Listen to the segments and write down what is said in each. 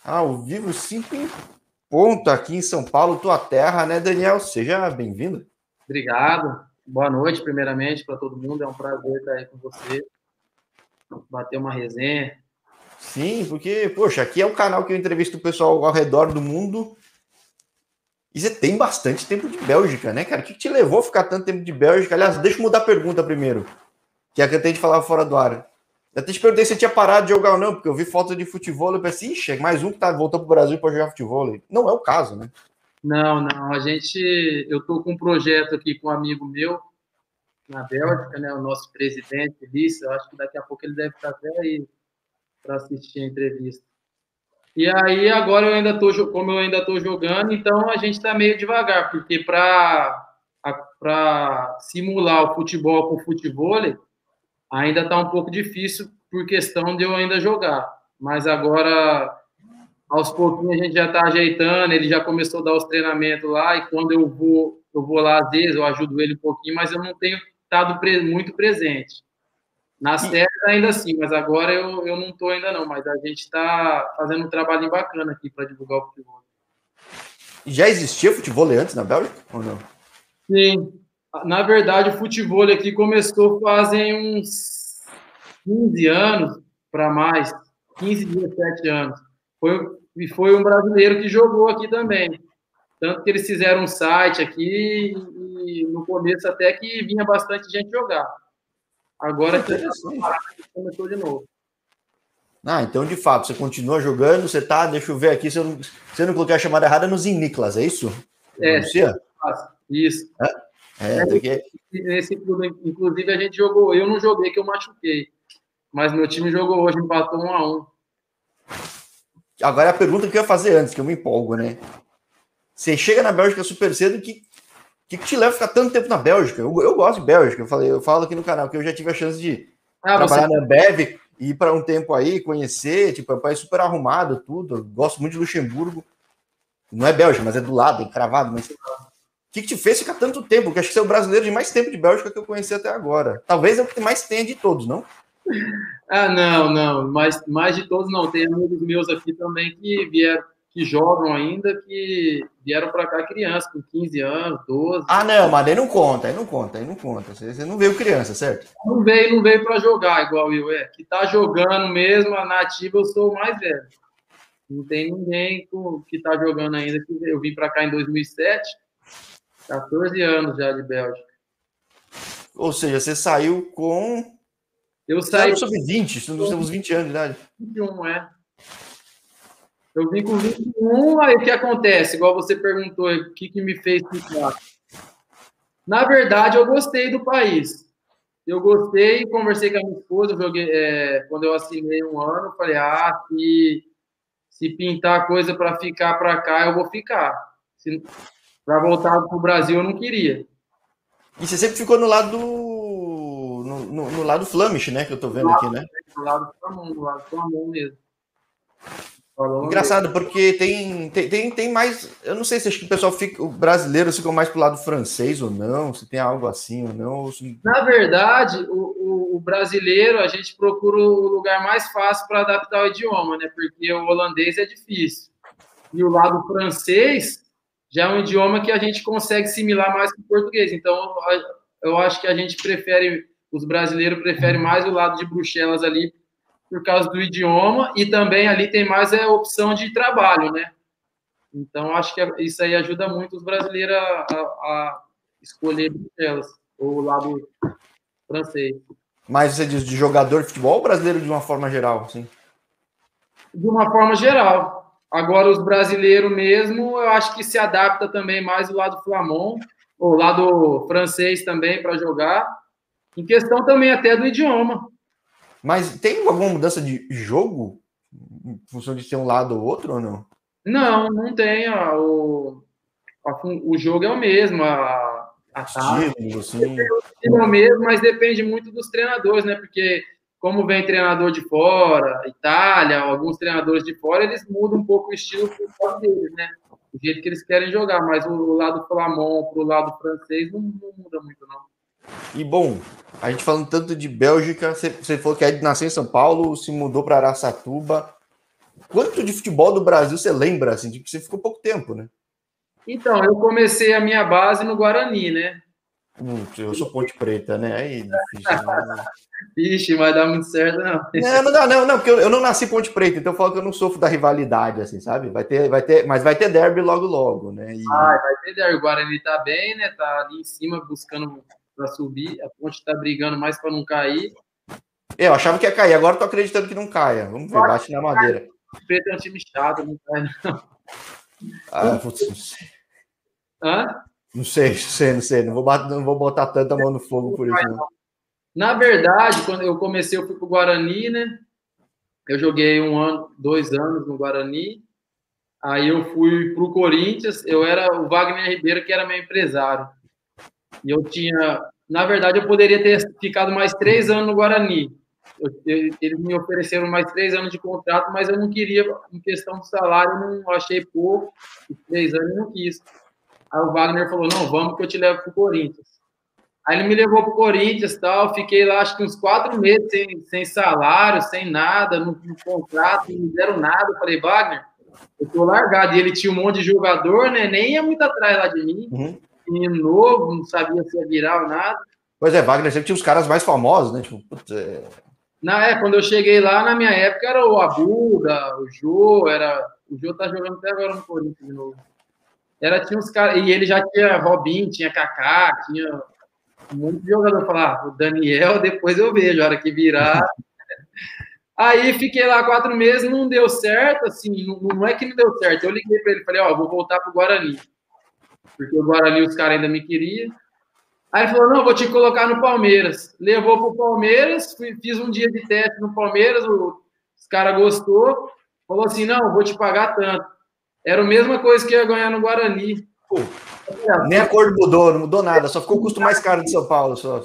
Ao vivo, 5 em ponto aqui em São Paulo, tua terra, né, Daniel? Seja bem-vindo. Obrigado. Boa noite, primeiramente, para todo mundo. É um prazer estar aí com você, bater uma resenha. Sim, porque, poxa, aqui é um canal que eu entrevisto o pessoal ao redor do mundo e você tem bastante tempo de Bélgica, né, cara? O que te levou a ficar tanto tempo de Bélgica? Aliás, deixa eu mudar a pergunta primeiro, que é a que eu tenho de falar fora do ar. Eu até te perguntei se você tinha parado de jogar ou não, porque eu vi foto de futebol e pensei, ixi, é mais um que tá voltando pro Brasil para jogar futebol. Não é o caso, né? Não. Eu estou com um projeto aqui com um amigo meu na Bélgica, né? O nosso presidente, vice. Eu acho que daqui a pouco ele deve estar até aí para assistir a entrevista. E aí, agora como eu ainda estou jogando, então a gente está meio devagar, porque para simular o futebol com o futebol, ainda está um pouco difícil por questão de eu ainda jogar. Mas agora, aos pouquinhos, a gente já está ajeitando, ele já começou a dar os treinamentos lá, e quando eu vou lá, às vezes, eu ajudo ele um pouquinho, mas eu não tenho estado muito presente. Nas E, férias ainda assim, mas agora eu não estou ainda não, mas a gente está fazendo um trabalho bacana aqui para divulgar o futebol. já existia futebol antes na Bélgica ou não? Sim, na verdade o futebol aqui começou fazem uns 15 anos para mais, 15, 17 anos. Foi um brasileiro que jogou aqui também. Tanto que eles fizeram um site aqui e no começo até que vinha bastante gente jogar. Ah, Agora que interessante. começou de novo. Ah, então de fato, você continua jogando, você tá, deixa eu ver aqui, se eu não coloquei a chamada errada, no Niklas, é isso? Você É, pronuncia? isso. Tá aqui. Nesse clube, inclusive, a gente jogou. Eu não joguei, que eu machuquei. Mas meu time jogou hoje, empatou 1-1. Agora é a pergunta que eu ia fazer antes, que eu me empolgo, né? Você chega na Bélgica super cedo, que te leva a ficar tanto tempo na Bélgica? Eu gosto de Bélgica, eu falo aqui no canal, que eu já tive a chance de Ah, você. trabalhar na Ambev e ir para um tempo aí, conhecer, tipo, é um país super arrumado, tudo. Eu gosto muito de Luxemburgo. Não é Bélgica, mas é do lado, é cravado, mas que te fez ficar tanto tempo? Porque acho que você é o brasileiro de mais tempo de Bélgica que eu conheci até agora. Talvez é o que mais tenha de todos, não? Ah, não. Mas mais de todos não. Tem amigos meus aqui também que vieram, que jogam ainda, que vieram para cá criança, com 15 anos, 12. Ah, não, mas aí não conta, aí não conta, aí não conta. Você não veio criança, certo? Não veio para jogar igual eu, é. Que tá jogando mesmo, a nativa, eu sou o mais velho. Não tem ninguém que tá jogando ainda. Eu vim para cá em 2007, 14 anos já de Bélgica. Ou seja, você saiu com. Eu Você era saí no sub-20, nós temos 20 anos de idade. com 21, é. Eu vim com 21, aí o que acontece? Igual você perguntou, o que me fez ficar? Na verdade, eu gostei do país. Eu gostei, conversei com a minha esposa, joguei, quando eu assinei 1 ano, falei, se pintar coisa para ficar para cá, eu vou ficar. Para voltar para o Brasil, eu não queria. E você sempre ficou no lado no lado Flamish, né? Que eu tô vendo aqui, né? Do lado do Flamão mesmo. Falando mesmo. Engraçado, porque tem mais. Eu não sei se acho que o pessoal fica. O brasileiro ficou mais pro lado francês ou não, se tem algo assim ou não. Ou se... Na verdade, o brasileiro, a gente procura o lugar mais fácil para adaptar o idioma, né? Porque o holandês é difícil. E o lado francês já é um idioma que a gente consegue assimilar mais que o português. Então, eu acho que a gente prefere, os brasileiros preferem mais o lado de Bruxelas ali por causa do idioma e também ali tem mais a opção de trabalho, né? Então, acho que isso aí ajuda muito os brasileiros a escolher Bruxelas, ou o lado francês. Mas você diz de jogador de futebol ou brasileiro de uma forma geral, assim? De uma forma geral. Agora, os brasileiros mesmo, eu acho que se adapta também mais o lado flamão, ou o lado francês também para jogar, em questão também até do idioma. Mas tem alguma mudança de jogo em função de ser um lado ou outro ou não? Não tem. O jogo é o mesmo, a tática Estilos, assim. é o mesmo, mas depende muito dos treinadores, né? Porque como vem treinador de fora, Itália, alguns treinadores de fora, eles mudam um pouco o estilo por causa deles, né? O jeito que eles querem jogar, mas o lado flamão pro lado francês não muda muito, não. E bom, a gente falando tanto de Bélgica, você falou que é de nascer em São Paulo, se mudou para Araçatuba. quanto de futebol do Brasil você lembra, assim? Tipo, você ficou pouco tempo, né? Então, eu comecei a minha base no Guarani, né? Eu sou Ponte Preta, né? Aí é difícil, né? Ixi, vai dar muito certo, não. Não, não dá, não, porque eu não nasci Ponte Preta, então eu falo que eu não sofro da rivalidade, assim, sabe? Mas vai ter derby logo, logo, né? Vai ter derby. O Guarani tá bem, né? Tá ali em cima buscando para subir. A Ponte tá brigando mais para não cair. Eu achava que ia cair, agora tô acreditando que não caia. Vamos ver, bate na madeira. O Preto é um time chato, não cai, não. Putz, não sei. Hã? Não sei. Não vou botar tanta mão no fogo por isso, não. Na verdade, quando eu comecei, eu fui pro Guarani, né? Eu joguei 1 ano, 2 anos no Guarani. Aí eu fui pro Corinthians. Eu era o Wagner Ribeiro, que era meu empresário. E eu tinha... Na verdade, eu poderia ter ficado mais 3 anos no Guarani. Eles me ofereceram mais 3 anos de contrato, mas eu não queria, em questão do salário, não achei pouco. 3 anos eu não quis. Aí o Wagner falou, não, vamos que eu te levo pro Corinthians. Aí ele me levou pro Corinthians e tal, fiquei lá acho que uns 4 meses sem salário, sem nada, no contrato, não me deram nada. Eu falei, Wagner, eu tô largado. E ele tinha um monte de jogador, né? Nem ia muito atrás lá de mim. Menino novo, não sabia se ia virar ou nada. Pois é, Wagner sempre tinha os caras mais famosos, né? Tipo, putz, Quando eu cheguei lá, na minha época, era o Abuda, o Jô, o Jô tá jogando até agora no Corinthians de novo. Tinha uns caras, e ele já tinha Robinho, tinha Kaká, tinha um monte de jogador. Falar, o Daniel, depois eu vejo, a hora que virar. Aí fiquei lá 4 meses, não deu certo, assim, não é que não deu certo. Eu liguei para ele, falei, vou voltar pro Guarani. Porque o Guarani os caras ainda me queriam. Aí ele falou, não, vou te colocar no Palmeiras. Levou pro Palmeiras, fiz um dia de teste no Palmeiras, os caras gostou, falou assim, não, vou te pagar tanto. Era a mesma coisa que ia ganhar no Guarani. Pô, nem a cor mudou, não mudou nada, só ficou o custo mais caro de São Paulo. Só.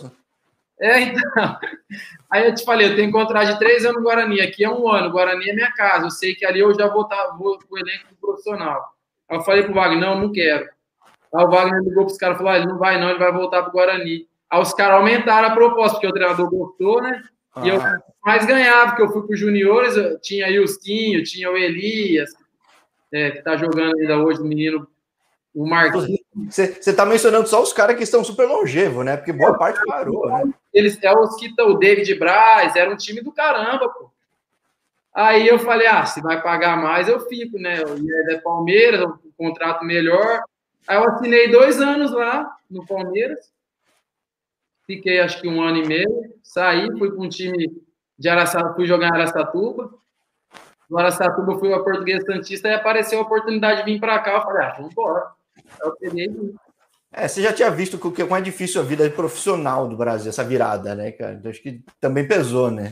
Então. Aí eu te falei, eu tenho contrato de 3 anos no Guarani, aqui é 1 ano, Guarani é minha casa, eu sei que ali eu já vou pro elenco profissional. Aí eu falei pro Wagner, não quero. Aí o Wagner ligou pros caras e falou, ele não vai não, ele vai voltar pro Guarani. Aí os caras aumentaram a proposta, porque o treinador gostou, né? E eu mais ganhava, porque eu fui pro juniores, tinha aí o Cinho, tinha o Elias, que tá jogando ainda hoje, o menino, o Marquinhos. Você tá mencionando só os caras que estão super longevos, né? Porque boa parte parou, né? Eles os que estão, o David Braz, era um time do caramba, pô. Aí eu falei, se vai pagar mais, eu fico, né? Eu ia Palmeiras, um contrato melhor. Aí eu assinei 2 anos lá no Palmeiras. Fiquei acho que 1 ano e meio. Saí, fui para um time de Araçatuba, fui jogar em Araçatuba. No Araçatuba eu fui a Portuguesa Santista e apareceu a oportunidade de vir para cá. Eu falei, vamos embora. Aí eu peguei. Você já tinha visto que é difícil a vida profissional do Brasil, essa virada, né, cara? Então acho que também pesou, né?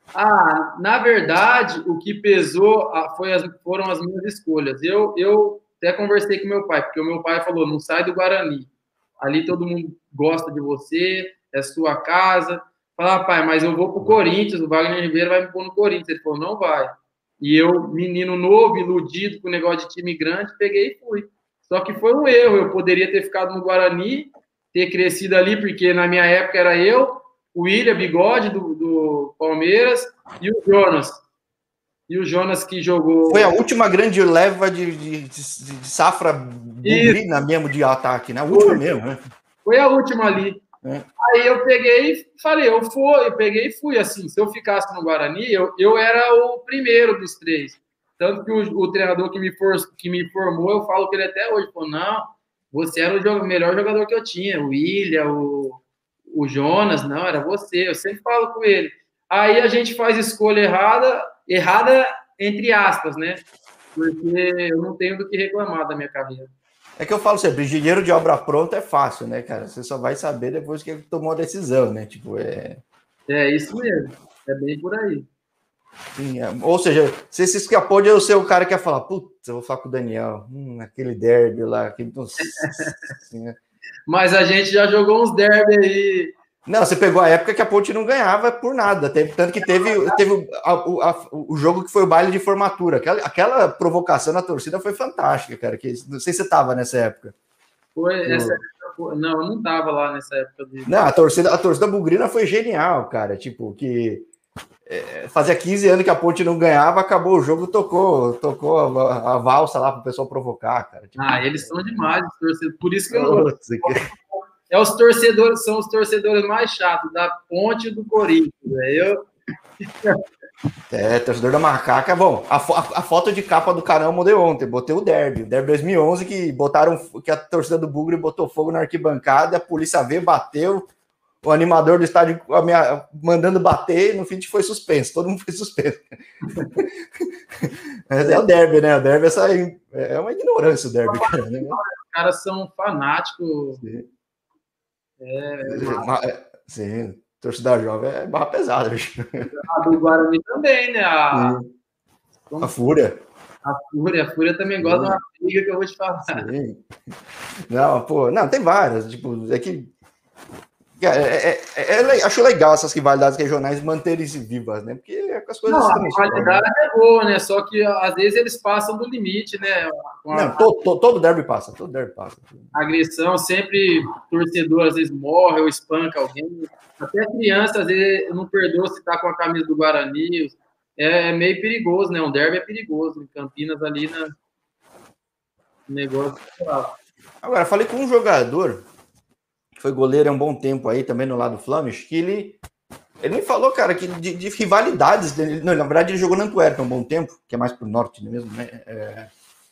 Na verdade, o que pesou foram as minhas escolhas. Eu até conversei com meu pai, porque o meu pai falou, não sai do Guarani. Ali todo mundo gosta de você, é sua casa. Falar, pai, mas eu vou pro Corinthians, o Wagner Ribeiro vai me pôr no Corinthians. Ele falou, não vai. E eu, menino novo, iludido com o negócio de time grande, peguei e fui. Só que foi um erro, eu poderia ter ficado no Guarani, ter crescido ali, porque na minha época era eu, o William Bigode, do Palmeiras, e o Jonas. E o Jonas que jogou... Foi a última grande leva de safra bugrina mesmo de ataque, né? A última mesmo, né? Foi a última ali. Aí eu peguei e falei, eu peguei e fui, assim, se eu ficasse no Guarani, eu era o primeiro dos 3. Tanto que o treinador que me formou, eu falo que ele até hoje, falou, não, você era o melhor jogador que eu tinha, o William, o Jonas, não, era você, eu sempre falo com ele. Aí a gente faz escolha errada entre aspas, né? Porque eu não tenho do que reclamar da minha carreira. É que eu falo sempre, engenheiro de obra pronta é fácil, né, cara? Você só vai saber depois que ele tomou a decisão, né? Tipo, É isso mesmo, é bem por aí. Sim, ou seja, você se escapou de eu ser o cara que ia falar, putz, eu vou falar com o Daniel, aquele derby lá, aquele... Mas a gente já jogou uns derby aí. Não, você pegou a época que a Ponte não ganhava por nada, tanto que teve o jogo que foi o baile de formatura, aquela provocação na torcida foi fantástica, cara, que, não sei se você estava nessa época. Essa época, não, eu não estava lá nessa época. Não, a torcida bugrina foi genial, cara, tipo, que Fazia 15 anos que a Ponte não ganhava, acabou o jogo, tocou a valsa lá para o pessoal provocar, cara. Tipo, eles são demais, os torcedores. Por isso que são os torcedores mais chatos da Ponte e do Corinthians. Torcedor da Macaca. Bom, a foto de capa do canal eu mudei ontem. Botei o Derby 2011, que a torcida do Bugre botou fogo na arquibancada, a polícia veio, bateu, o animador do estádio mandando bater, no fim foi suspenso. Todo mundo foi suspenso. É o Derby, né? O Derby é uma ignorância, o Derby, cara. Né? Os caras são fanáticos. Sim. Torcida jovem é barra pesada. A do Guarani também, né? A Fúria. A Fúria também gosta de uma briga que eu vou te falar. Sim. Não, tem várias. Tipo, é que. Acho legal essas rivalidades regionais manterem-se vivas, né? Porque as coisas. Não, a rivalidade é boa, né? Só que às vezes eles passam do limite, né? Não, todo derby passa, A agressão, sempre torcedor às vezes morre ou espanca alguém. Até criança, às vezes, não perdoa se tá com a camisa do Guarani. É meio perigoso, né? Um derby é perigoso. Em Campinas, ali, no negócio. Agora, falei com um jogador que foi goleiro há um bom tempo aí, também no lado do Flamengo, que ele me falou, cara, que de rivalidades. Não, na verdade, ele jogou na Antuérpia há um bom tempo, que é mais pro norte mesmo, né?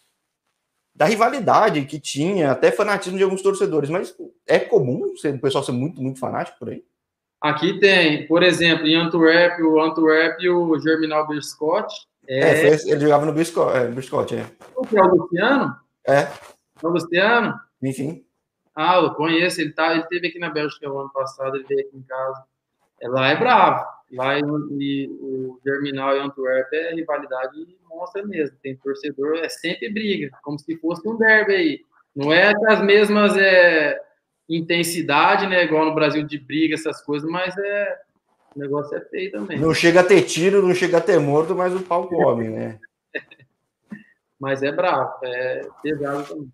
Da rivalidade que tinha, até fanatismo de alguns torcedores. Mas é comum o pessoal ser muito, muito fanático por aí? Aqui tem, por exemplo, em Antwerp, o Germinal Beerschot. Ele jogava no Beerschot, O que é o Luciano? É o Luciano? Enfim. Eu conheço, ele esteve aqui na Bélgica o ano passado, ele veio aqui em casa. Lá é bravo. Lá o Germinal e Antwerp é rivalidade monstra mesmo. Tem torcedor, é sempre briga, como se fosse um derby aí. Não é as mesmas intensidade, né? Igual no Brasil de briga, essas coisas, mas o negócio é feio também. Não chega a ter tiro, não chega a ter morto, mas o pau come, né? Mas é bravo, é pesado também.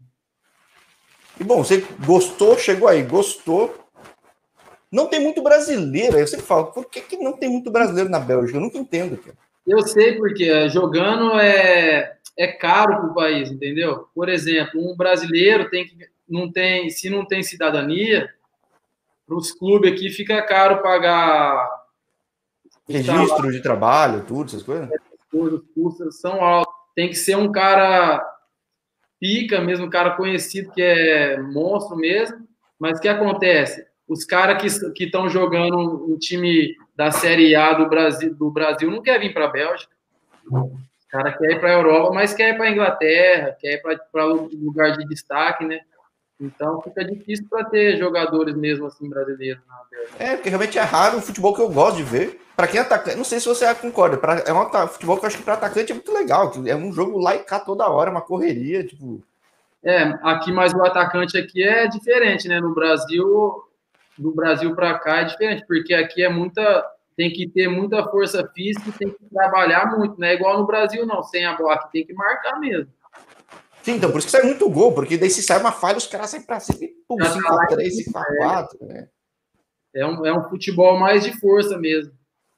E bom, você gostou, chegou aí, gostou. Não tem muito brasileiro. Eu sempre falo, por que não tem muito brasileiro na Bélgica? Eu nunca entendo, cara. Eu sei porque jogando é caro para o país, entendeu? Por exemplo, um brasileiro se não tem cidadania, para os clubes aqui fica caro pagar registro de trabalho, tudo, essas coisas. Os custos são altos. Tem que ser um cara pica mesmo, um cara conhecido que é monstro mesmo. Mas o que acontece? Os caras que estão jogando um time da Série A do Brasil não quer vir para a Bélgica. Os caras querem ir para a Europa, mas querem ir para a Inglaterra, querem ir para lugar de destaque, né? Então fica difícil para ter jogadores mesmo assim brasileiros na Bélgica. Porque realmente é raro o futebol que eu gosto de ver. Para quem é atacante, não sei se você concorda, é um futebol que eu acho que para atacante é muito legal. É um jogo lá e cá toda hora, uma correria, tipo. Aqui, mas o atacante aqui é diferente, né? No Brasil, do Brasil para cá é diferente, porque aqui tem que ter muita força física e tem que trabalhar muito, não é igual no Brasil, não, sem a bola, aqui tem que marcar mesmo. Sim, então, por isso que sai muito gol, porque daí se sai uma falha, os caras saem para cima e pum, 5x3, 5x4, né? É um futebol mais de força mesmo.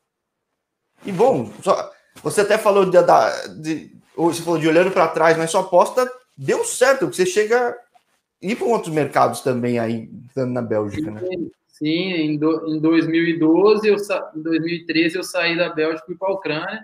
E bom, você até falou você falou de olhando para trás, mas sua aposta deu certo, porque você chega a ir para outros mercados também aí, estando na Bélgica, né? Sim, em 2012, em 2013 eu saí da Bélgica e fui para a Ucrânia.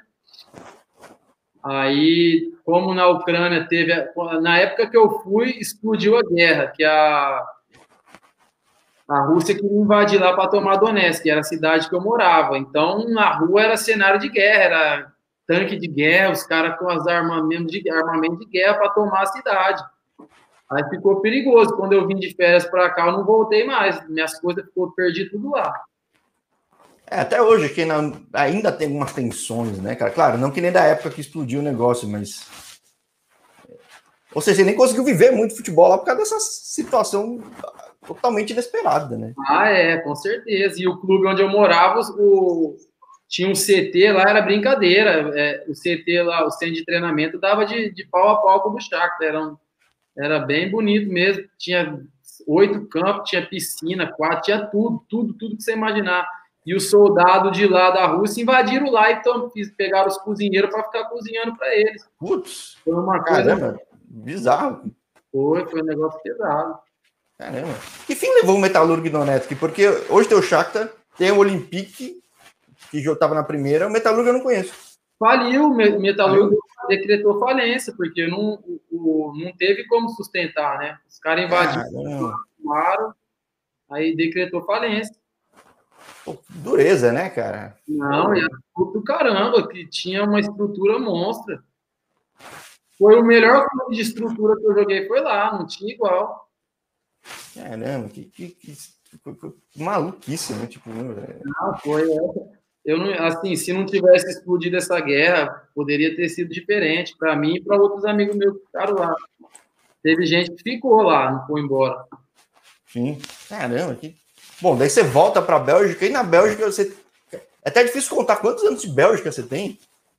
Aí, como na Ucrânia na época que eu fui, explodiu a guerra, que a Rússia queria invadir lá para tomar Donetsk, que era a cidade que eu morava. Então, na rua era cenário de guerra, era tanque de guerra, os caras com as armamento de guerra para tomar a cidade. Aí ficou perigoso. Quando eu vim de férias para cá, eu não voltei mais. Minhas coisas ficou perdidas tudo lá. Até hoje, aqui ainda tem algumas tensões, né, cara? Claro, não que nem da época que explodiu o negócio, mas. Ou seja, você nem conseguiu viver muito futebol lá por causa dessa situação totalmente inesperada, né? Com certeza. E o clube onde eu morava, tinha um CT lá, era brincadeira. O CT lá, o centro de treinamento, dava de pau a pau com o Shakhtar. Era bem bonito mesmo. Tinha 8 campos, tinha piscina, 4, tinha tudo que você imaginar. e os soldados de lá da Rússia invadiram lá e pegaram os cozinheiros para ficar cozinhando para eles. Putz, foi uma caramba, coisa... bizarro. Foi um negócio pesado. Caramba. Que fim levou o Metalurg Donetsk? Porque hoje tem o Shakhtar, tem o Olympique, que já estava na primeira, o Metalurg eu não conheço. Faliu, o Metalurg decretou falência, porque não teve como sustentar, né? Os caras invadiram, aí decretou falência. Pô, dureza, né, cara? Não, era tudo do caramba, que tinha uma estrutura monstra. Foi o melhor clube de estrutura que eu joguei, foi lá, não tinha igual. Caramba, que maluquice, né? Tipo, não, foi. Eu não, assim, se não tivesse explodido essa guerra, poderia ter sido diferente para mim e para outros amigos meus que ficaram lá. Teve gente que ficou lá, não foi embora. Sim, caramba, que... Bom, daí você volta para a Bélgica, e na Bélgica você... É até difícil contar quantos anos de Bélgica você tem.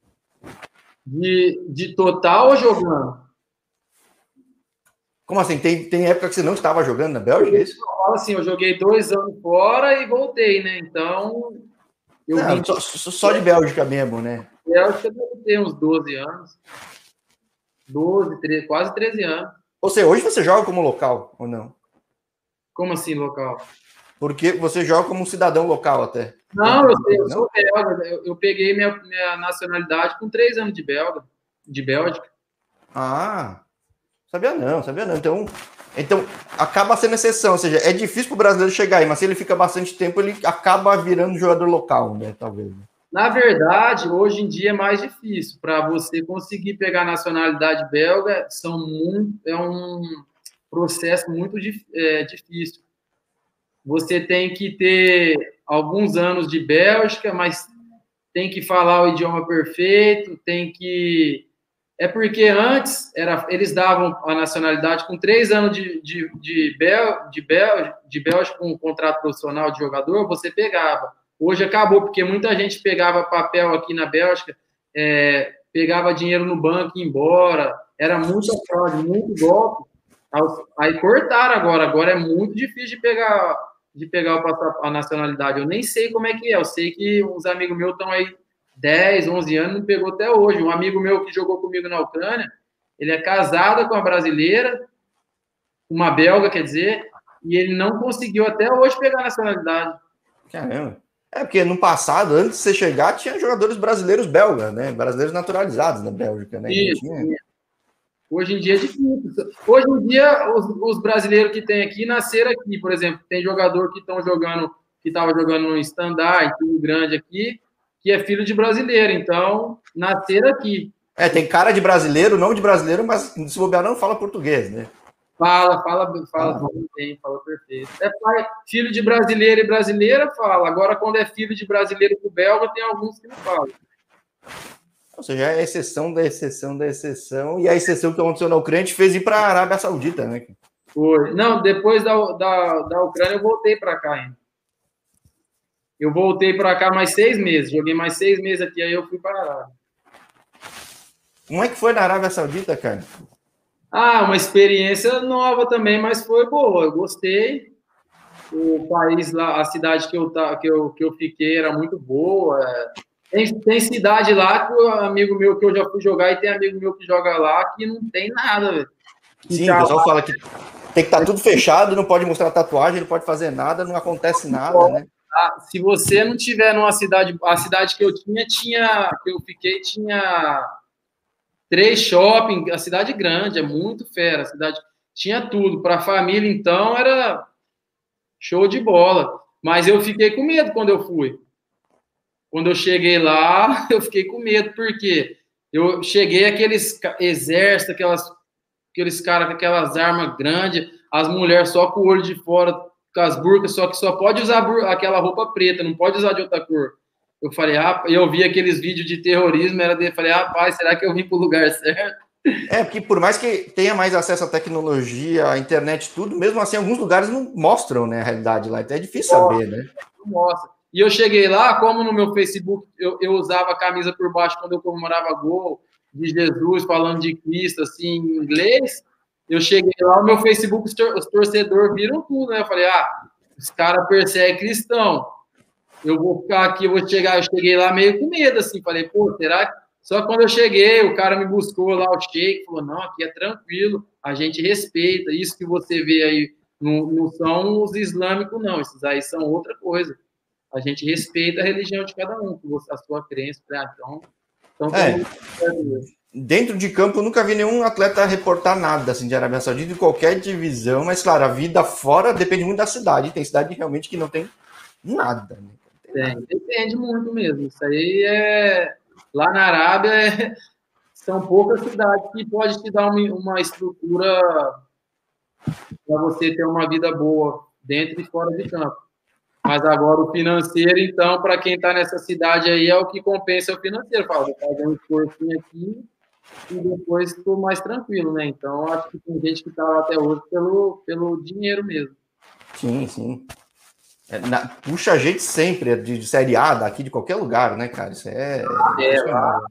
De total ou jogando? Como assim? Tem época que você não estava jogando na Bélgica, é isso? Assim, eu joguei 2 anos fora e voltei, né? Então... Não, só de Bélgica mesmo, né? Bélgica deve ter uns 12 anos. 12, 13, quase 13 anos. Ou seja, hoje você joga como local, ou não? Como assim, local? Porque você joga como um cidadão local até. Não, eu sou belga. Eu peguei minha nacionalidade com 3 anos de Bélgica. Ah, sabia não. Então acaba sendo exceção, ou seja, é difícil para o brasileiro chegar aí, mas se ele fica bastante tempo, ele acaba virando jogador local, né? Talvez. Na verdade, hoje em dia é mais difícil. Para você conseguir pegar a nacionalidade belga, é um processo muito difícil. Você tem que ter alguns anos de Bélgica, mas tem que falar o idioma perfeito, tem que... É porque antes eles davam a nacionalidade com 3 anos de Bélgica com um contrato profissional de jogador, você pegava. Hoje acabou, porque muita gente pegava papel aqui na Bélgica, pegava dinheiro no banco e ia embora, era muita fraude, muito golpe. Aí cortaram agora é muito difícil de pegar a nacionalidade. Eu nem sei como é que é, eu sei que uns amigos meus estão aí 10, 11 anos, não pegou até hoje. Um amigo meu que jogou comigo na Ucrânia, ele é casado com uma brasileira, uma belga, quer dizer, e ele não conseguiu até hoje pegar a nacionalidade. Caramba. É porque no passado, antes de você chegar, tinha jogadores brasileiros belgas, né? Brasileiros naturalizados na Bélgica, né? Isso, tinha. Hoje em dia é difícil. Hoje em dia, os brasileiros que tem aqui nasceram aqui, por exemplo. Tem jogador que estava jogando no Standard, em time grande aqui, que é filho de brasileiro, então nasceram aqui. Tem cara de brasileiro, não de brasileiro, mas se bobear não fala português, né? Fala bem, fala perfeito. Filho de brasileiro e brasileira, fala. Agora, quando é filho de brasileiro com belga, tem alguns que não falam. Ou seja, é a exceção da exceção da exceção, e a exceção que aconteceu na Ucrânia fez ir para a Arábia Saudita, né? Foi. Não, depois da Ucrânia eu voltei para cá ainda. Eu voltei para cá mais 6 meses, joguei mais 6 meses aqui, aí eu fui para a Arábia. Como é que foi na Arábia Saudita, cara? Uma experiência nova também, mas foi boa, eu gostei. O país lá, a cidade que eu fiquei era muito boa. Tem cidade lá que o amigo meu que eu já fui jogar e tem amigo meu que joga lá que não tem nada, velho. Sim, o pessoal fala que tem que estar tudo fechado, não pode mostrar tatuagem, não pode fazer nada, não acontece nada, né? Se você não tiver numa cidade... A cidade que eu tinha 3 shopping, a cidade grande, é muito fera, a cidade tinha tudo. Para a família, então, era show de bola. Mas eu fiquei com medo quando eu fui. Quando eu cheguei lá, eu fiquei com medo, porque eu cheguei aqueles exércitos, aqueles caras com aquelas armas grandes, as mulheres só com o olho de fora, com as burcas, só que só pode usar aquela roupa preta, não pode usar de outra cor. Eu falei, eu vi aqueles vídeos de terrorismo, falei, rapaz, será que eu vim para o lugar certo? Porque por mais que tenha mais acesso à tecnologia, à internet, tudo, mesmo assim, alguns lugares não mostram, né, a realidade lá, então é difícil saber, né? Não mostra. E eu cheguei lá, como no meu Facebook eu usava a camisa por baixo quando eu comemorava gol de Jesus, falando de Cristo, assim, em inglês, eu cheguei lá, o meu Facebook, os torcedores viram tudo, né? Eu falei, os caras perseguem cristão. eu vou ficar aqui, eu cheguei lá meio com medo, assim, falei, pô, será que... Só que quando eu cheguei, o cara me buscou lá, o sheik, falou, não, aqui é tranquilo, a gente respeita, isso que você vê aí, não são os islâmicos, não, esses aí são outra coisa. A gente respeita a religião de cada um, a sua crença, então É, dentro de campo eu nunca vi nenhum atleta reportar nada assim de Arábia Saudita em qualquer divisão, mas claro, a vida fora depende muito da cidade. Tem cidade realmente que não tem nada. Né? Depende muito mesmo. Isso aí lá na Arábia são poucas cidades que pode te dar uma estrutura para você ter uma vida boa dentro e fora de campo. Mas agora o financeiro, então, para quem está nessa cidade aí, é o que compensa o financeiro. Fala, vou fazer um esforcinho aqui e depois estou mais tranquilo, né? Então, acho que tem gente que está lá até hoje pelo dinheiro mesmo. Sim, sim. Puxa a gente sempre de Série A, daqui de qualquer lugar, né, cara? Isso é lá,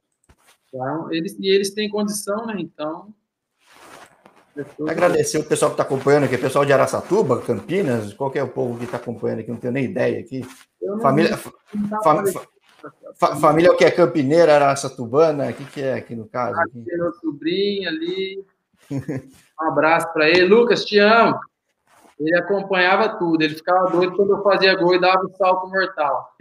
eles têm condição, né? Então... Agradecer o pessoal que está acompanhando aqui, o pessoal de Araçatuba, Campinas, qual que é o povo que está acompanhando aqui, não tenho nem ideia aqui. Família o que é campineira, araçatubana, o que é aqui no caso? Aqui? Meu sobrinho ali, um abraço para ele. Lucas, te amo. Ele acompanhava tudo, ele ficava doido quando eu fazia gol e dava um salto mortal.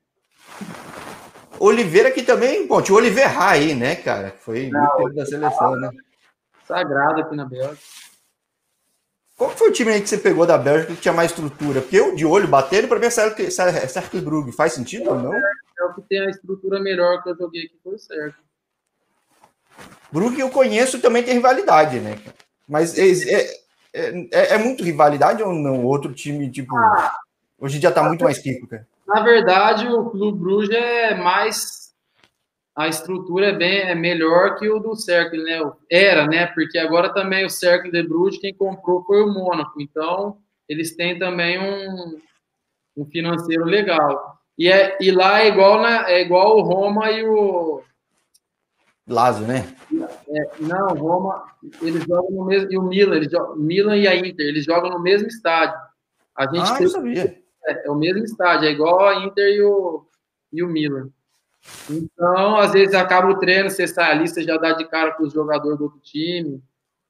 Oliveira aqui também, pô, tinha o Oliveira aí, né, cara? Foi muito tempo da seleção, né? Sagrado aqui na Bélgica. Qual foi o time aí que você pegou da Bélgica que tinha mais estrutura? Porque eu, de olho batendo, para mim é Cercle Brugge. Faz sentido ou não? É o que tem a estrutura melhor que eu joguei aqui, foi o certo. Brugge eu conheço, também tem rivalidade, né? Mas é muito rivalidade ou não? Outro time, tipo... hoje em dia tá muito mais rico, cara. Na verdade, o Clube Bruges é mais... A estrutura é melhor que o do Cercle, né? Era, né? Porque agora também o Cercle de Bruges, quem comprou foi o Mônaco. Então, eles têm também um financeiro legal. E lá é igual o Roma e o... Lazio, né? Não, Roma, eles jogam no mesmo... E o Milan, Milan e a Inter, eles jogam no mesmo estádio. A gente eu sabia. É o mesmo estádio, é igual a Inter e o Milan. Então, às vezes, acaba o treino, você sai ali, você já dá de cara com os jogadores do outro time.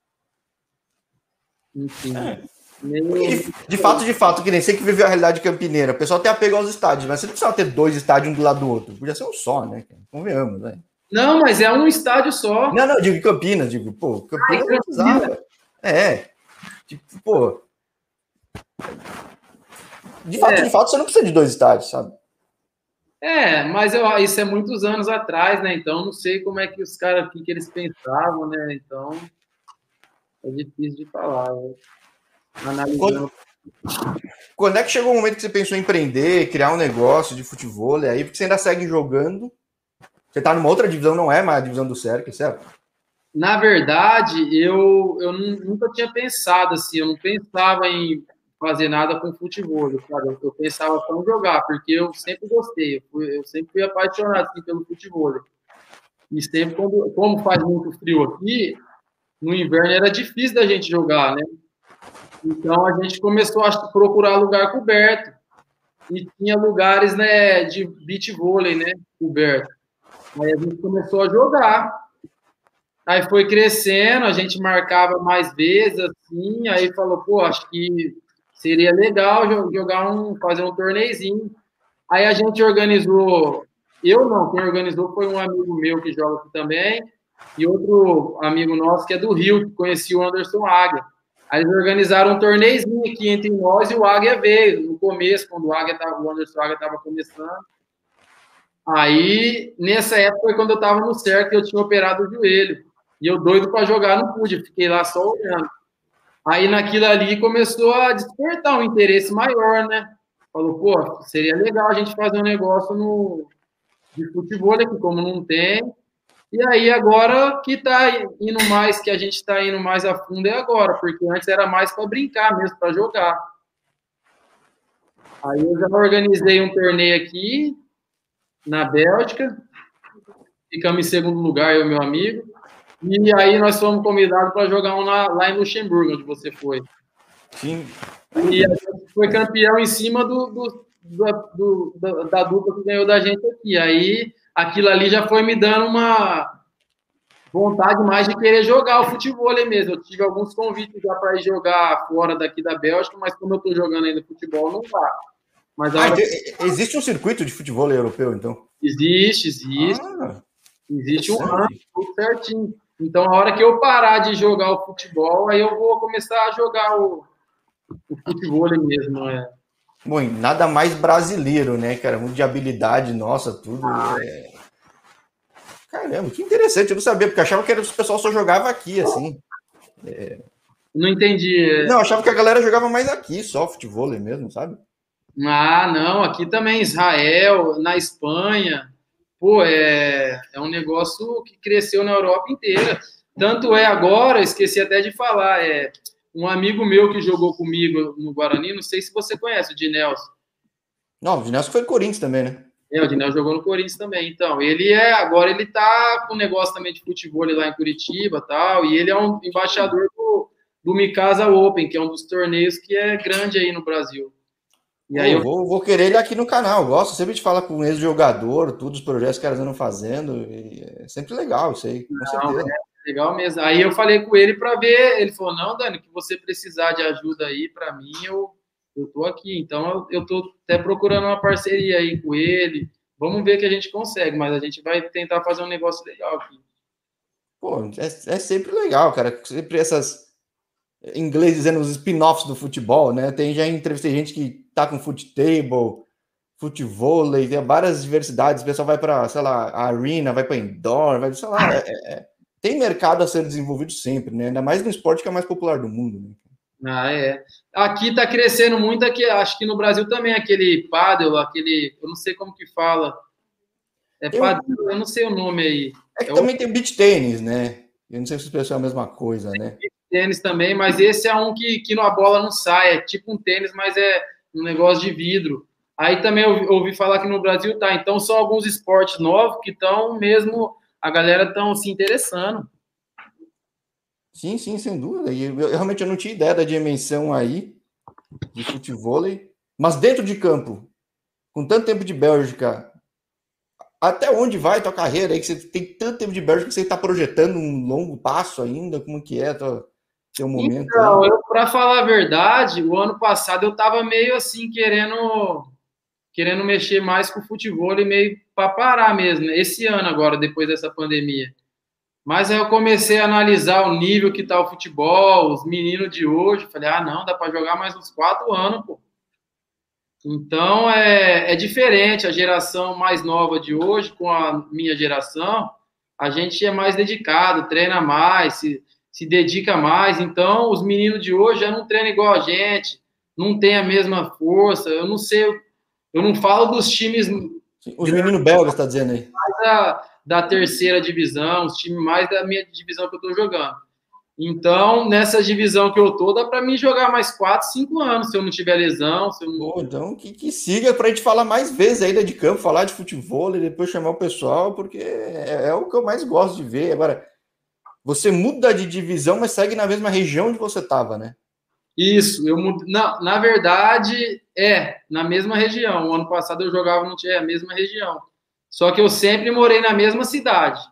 Enfim. De fato, que nem sei que viveu a realidade campineira. O pessoal tem apego aos estádios, mas você não precisa ter 2 estádios um do lado do outro. Podia ser um só, né? Convenhamos, né? Não, mas é um estádio só. Não, digo Campinas, pô, Campinas não precisava. Tipo, pô. De fato, você não precisa de 2 estádios, sabe? Mas isso é muitos anos atrás, né? Então, não sei como é que os caras, o que eles pensavam, né? Então, é difícil de falar. Analisando. Quando é que chegou o momento que você pensou em empreender, criar um negócio de futebol aí? Porque você ainda segue jogando. Você tá numa outra divisão, não é mais a divisão do Cercle, certo? Na verdade, eu nunca tinha pensado assim, eu não pensava em fazer nada com futebol, sabe? Eu pensava só em jogar, porque eu sempre gostei, eu sempre fui apaixonado assim, pelo futebol. E sempre, como faz muito frio aqui, no inverno era difícil da gente jogar, né? Então a gente começou a procurar lugar coberto. E tinha lugares, né, de beach vôlei, né, coberto. Aí a gente começou a jogar. Aí foi crescendo, a gente marcava mais vezes, assim, aí falou, pô, acho que seria legal fazer um torneizinho. Aí a gente organizou, eu não, quem organizou foi um amigo meu que joga aqui também, e outro amigo nosso que é do Rio, que conhecia o Anderson Águia. Aí eles organizaram um torneizinho aqui entre nós e o Águia veio, no começo, quando o Anderson Águia estava começando. Aí, nessa época, foi quando eu estava no Cercle, eu tinha operado o joelho. E eu doido para jogar, não pude, fiquei lá só olhando. Aí, naquilo ali, começou a despertar um interesse maior, né? Falou, pô, seria legal a gente fazer um negócio de futebol aqui, como não tem. E aí, agora que tá indo mais, que a gente está indo mais a fundo é agora, porque antes era mais para brincar mesmo, para jogar. Aí eu já organizei um torneio aqui, na Bélgica, ficamos em segundo lugar, eu e meu amigo. E aí nós fomos convidados para jogar lá em Luxemburgo, onde você foi. Sim. E a gente foi campeão em cima da dupla que ganhou da gente aqui. Aí aquilo ali já foi me dando uma vontade mais de querer jogar o futebol mesmo. Eu tive alguns convites já para ir jogar fora daqui da Bélgica, mas como eu estou jogando ainda futebol, não dá. Mas a hora existe um circuito de futebol europeu, então? Existe. Existe um ranking, tudo certinho. Então, a hora que eu parar de jogar o futebol, aí eu vou começar a jogar o futebol mesmo. Bom, nada mais brasileiro, né, cara? Muito de habilidade nossa, tudo. Caramba, que interessante. Eu não sabia, porque eu achava que o pessoal só jogava aqui, assim. Não entendi. Não, eu achava que a galera jogava mais aqui, só futebol mesmo, sabe? Não, aqui também, Israel, na Espanha. Pô, é um negócio que cresceu na Europa inteira. Tanto é agora, esqueci até de falar, um amigo meu que jogou comigo no Guarani, não sei se você conhece, o Dinelson. Não, o Dinelson foi do Corinthians também, né? O Dinelson jogou no Corinthians também. Então, agora ele tá com um negócio também de futebol lá em Curitiba, tal, e ele é um embaixador do Mikasa Open, que é um dos torneios que é grande aí no Brasil. E aí eu vou querer ele aqui no canal. Eu gosto sempre de falar com um ex-jogador, todos os projetos que eles andam fazendo. É sempre legal isso aí, com certeza. É legal mesmo. Aí eu falei com ele para ver. Ele falou: não, Dani, que você precisar de ajuda aí, para mim, eu tô aqui. Então eu tô até procurando uma parceria aí com ele. Vamos ver o que a gente consegue, mas a gente vai tentar fazer um negócio legal aqui. Pô, é sempre legal, cara. Sempre essas. Em inglês dizendo os spin-offs do futebol, né? Já entrevistei gente que tá com footable, futevôlei, tem várias diversidades. O pessoal vai para, sei lá, a arena, vai para indoor, vai, sei lá. Tem mercado a ser desenvolvido sempre, né? Ainda mais no esporte que é o mais popular do mundo, né? Aqui tá crescendo muito, aqui, acho que no Brasil também, aquele pádel, eu não sei como que fala. Pádel, eu não sei o nome aí. É que também tem beach tênis, né? Eu não sei se o pessoal é a mesma coisa, né? Tênis também, mas esse é um que a bola não sai, é tipo um tênis, mas é um negócio de vidro. Aí também eu ouvi falar que no Brasil tá, então são alguns esportes novos que estão mesmo, a galera estão se interessando. Sim, sem dúvida. E realmente eu não tinha ideia da dimensão aí de futevôlei, mas dentro de campo, com tanto tempo de Bélgica, até onde vai tua carreira aí, que você tem tanto tempo de Bélgica que você está projetando um longo passo ainda, como que é teu momento? Então, para falar a verdade, o ano passado eu estava meio assim, querendo mexer mais com o futebol e meio para parar mesmo, né? Esse ano agora, depois dessa pandemia. Mas aí eu comecei a analisar o nível que tá o futebol, os meninos de hoje. Falei, não, dá para jogar mais uns 4 anos, pô. Então é diferente a geração mais nova de hoje com a minha geração. A gente é mais dedicado, treina mais, se dedica mais. Então os meninos de hoje já não treinam igual a gente, não tem a mesma força. Eu não sei, eu não falo dos times. Os meninos belgas, tá dizendo aí? Da terceira divisão, os times mais da minha divisão que eu tô jogando. Então, nessa divisão que eu tô, dá para mim jogar mais 4, 5 anos, se eu não tiver lesão. Se eu não... Pô, então, que siga para a gente falar mais vezes ainda de campo, falar de futebol e depois chamar o pessoal, porque é o que eu mais gosto de ver. Agora, você muda de divisão, mas segue na mesma região onde você estava, né? Isso, eu mudo. Não, na verdade, na mesma região. O ano passado eu jogava no a mesma região. Só que eu sempre morei na mesma cidade.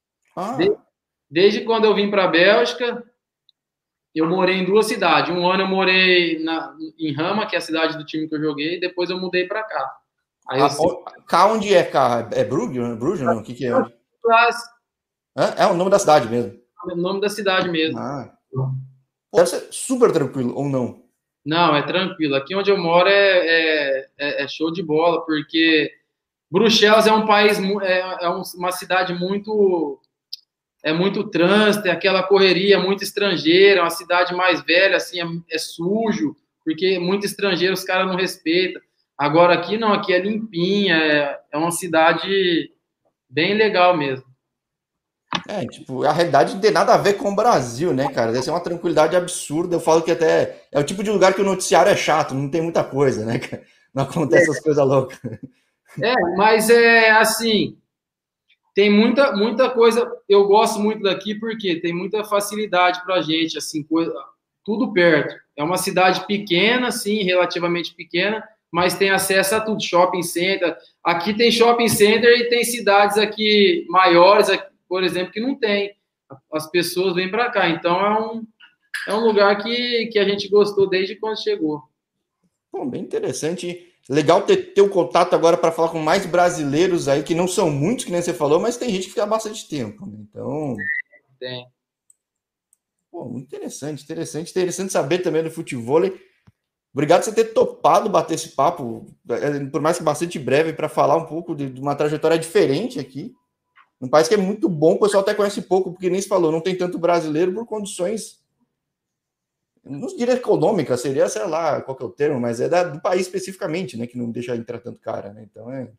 Desde quando eu vim para a Bélgica, eu morei em 2 cidades. Um ano eu morei em Rama, que é a cidade do time que eu joguei, e depois eu mudei para cá. Aí cá onde é cá? É Brugge? Brugge não? O que é? É o nome da cidade mesmo? É o nome da cidade mesmo. Deve ser super tranquilo, ou não? Não, é tranquilo. Aqui onde eu moro é show de bola, porque Bruxelas é um país, uma cidade muito trânsito, é aquela correria, muito estrangeira, é uma cidade mais velha, assim, é sujo, porque muito estrangeiro os caras não respeitam. Agora aqui não, aqui é limpinha, é uma cidade bem legal mesmo. Tipo, a realidade não tem nada a ver com o Brasil, né, cara? Deve ser uma tranquilidade absurda. Eu falo que até é o tipo de lugar que o noticiário é chato, não tem muita coisa, né? Não acontece essas coisas loucas. Mas assim, tem muita coisa. Eu gosto muito daqui porque tem muita facilidade para a gente, assim, tudo perto. É uma cidade pequena, assim, relativamente pequena, mas tem acesso a tudo, shopping center. Aqui tem shopping center e tem cidades aqui maiores, por exemplo, que não tem. As pessoas vêm para cá, então é um lugar que a gente gostou desde quando chegou. Bom, bem interessante. Legal ter um contato agora para falar com mais brasileiros aí, que não são muitos, que nem você falou, mas tem gente que fica bastante tempo, né? Então. Tem. Pô, muito interessante saber também do futebol. Obrigado por você ter topado bater esse papo, por mais que bastante breve, para falar um pouco de uma trajetória diferente aqui. Um país que é muito bom, o pessoal até conhece pouco, porque nem se falou, não tem tanto brasileiro por condições, não diria econômica, seria, sei lá, qual que é o termo, mas é do país especificamente, né, que não deixa entrar tanto cara, né? Então é.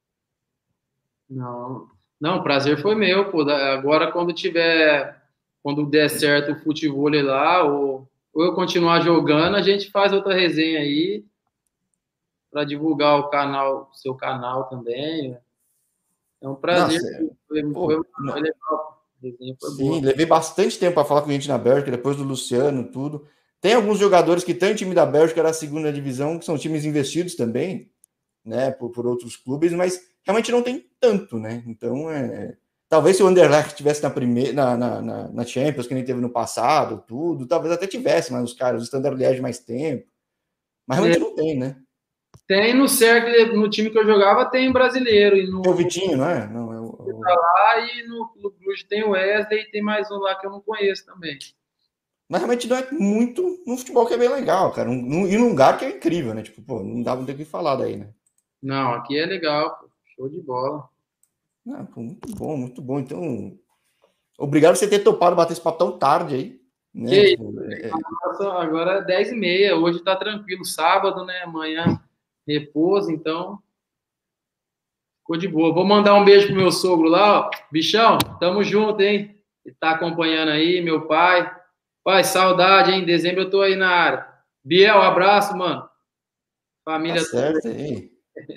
Não, o prazer foi meu, pô. Agora, quando der certo o futebol lá, ou eu continuar jogando, a gente faz outra resenha aí para divulgar o seu canal também. É um prazer. Nossa, Foi pô, legal. A resenha foi sim, boa. levei bastante tempo para falar com gente na Bélgica, depois do Luciano, tudo. Tem alguns jogadores que estão em time da Bélgica da segunda divisão, que são times investidos também, né, por outros clubes, mas realmente não tem tanto, né? Então, talvez se o Anderlecht estivesse na primeira, na Champions, que nem teve no passado, tudo, talvez até tivesse, mas os caras, o Standard Liège mais tempo, mas realmente não tem, né? Tem no Cercle, no time que eu jogava, tem brasileiro. E É o Vitinho, não é? Não, é lá, e no Clube tem o Wesley e tem mais um lá que eu não conheço também. Mas realmente não é muito no futebol, que é bem legal, cara. E num lugar que é incrível, né? Tipo, pô, não dá pra ter o que falar daí, né? Não, aqui é legal, pô. Show de bola. Ah, pô, muito bom, muito bom. Então, obrigado por você ter topado bater esse papo tão tarde aí, né? Que Tipo, isso? Agora é 10h30, hoje tá tranquilo, sábado, né? Amanhã repouso, então ficou de boa. Vou mandar um beijo pro meu sogro lá, ó. Bichão, tamo junto, hein? Ele tá acompanhando aí, meu pai. Pai, saudade, hein? Em dezembro eu tô aí na área. Biel, abraço, mano. tá Família toda. certo aí.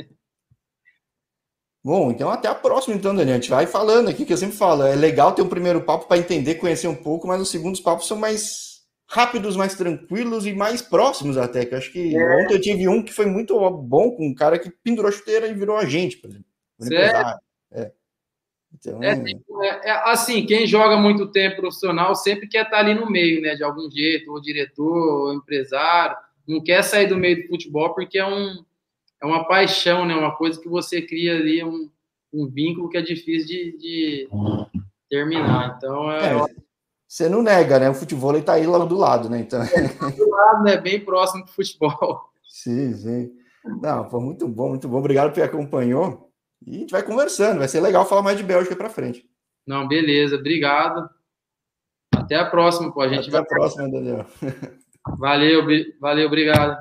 Bom, então até a próxima, então, Daniel. A gente vai falando aqui, que eu sempre falo. É legal ter um primeiro papo para entender, conhecer um pouco, mas os segundos papos são mais rápidos, mais tranquilos e mais próximos até. Que eu acho que ontem eu tive um que foi muito bom com um cara que pendurou a chuteira e virou agente, por exemplo. Um empresário. Então, Assim, quem joga muito tempo profissional sempre quer estar ali no meio, né? De algum jeito, ou diretor, ou empresário. Não quer sair do meio do futebol porque é uma paixão, né? Uma coisa que você cria ali, um vínculo que é difícil de terminar. Então, você não nega, né? O futebol está aí logo do lado, né? Então. do lado, né? Bem próximo do futebol. Sim, sim. Não, foi muito bom, muito bom. Obrigado por que acompanhou. E a gente vai conversando. Vai ser legal falar mais de Bélgica para frente. Não, beleza. Obrigado. Até a próxima, pô. A gente Até a próxima, Daniel. Valeu, obrigado.